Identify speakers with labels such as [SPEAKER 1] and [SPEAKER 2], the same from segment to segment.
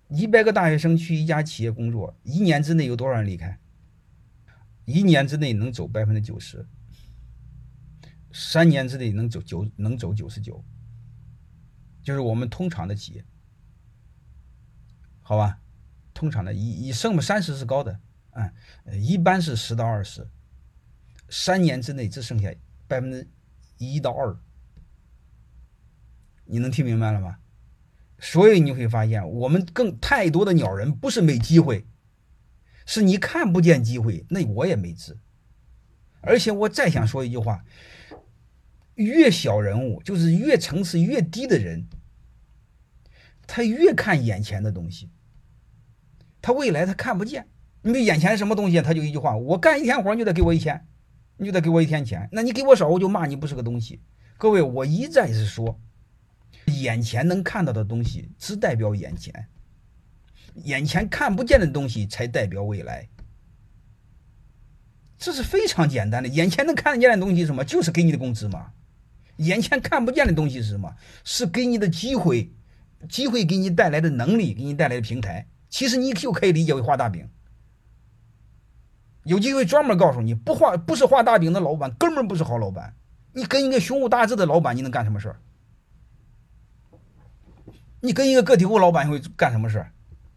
[SPEAKER 1] 100个大学生去一家企业工作，1年之内有多少人离开？1年之内能走90%，3年之内能走99%，就是我们通常的企业，好吧？通常的以30%是高的，一般是10到20，3年之内只剩下1%到2%，你能听明白了吗？所以你会发现，我们太多的鸟人不是没机会，是你看不见机会，那我也没治。而且我再想说一句话，越小人物，就是越层次越低的人，他越看眼前的东西，他未来他看不见。你眼前什么东西，他就一句话：我干1天活你就得给我1000，你就得给我1天钱。那你给我少，我就骂你不是个东西。各位，我一再是说，眼前能看到的东西只代表眼前，眼前看不见的东西才代表未来。这是非常简单的。眼前能看得见的东西是什么？就是给你的工资嘛。眼前看不见的东西是什么？是给你的机会，机会给你带来的能力，给你带来的平台。其实你就可以理解为画大饼。有机会专门告诉你，不是画大饼的老板根本不是好老板。你跟一个胸无大志的老板，你能干什么事儿？你跟一个个体户老板会干什么事儿？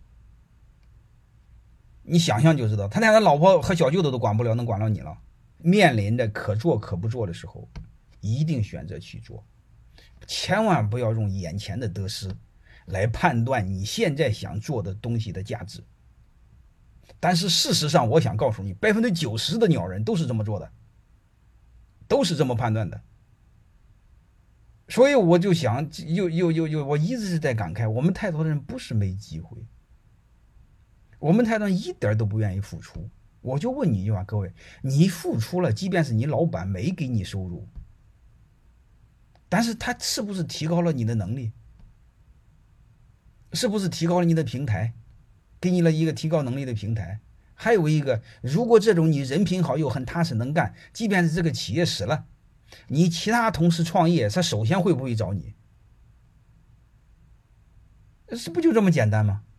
[SPEAKER 1] 你想想就知道，他连他老婆和小舅子都管不了，能管到你了？面临着可做可不做的时候，一定选择去做，千万不要用眼前的得失来判断你现在想做的东西的价值。但是事实上，我想告诉你，90%的鸟人都是这么做的，都是这么判断的。所以我就想，我一直是在感慨，我们太多的人不是没机会，我们太多人一点都不愿意付出。我就问你一句话，各位，你付出了，即便是你老板没给你收入，但是他是不是提高了你的能力？是不是提高了你的平台？给你了一个提高能力的平台。还有一个，如果这种你人品好又很踏实能干，即便是这个企业死了，你其他同事创业，他首先会不会找你？是不就这么简单吗？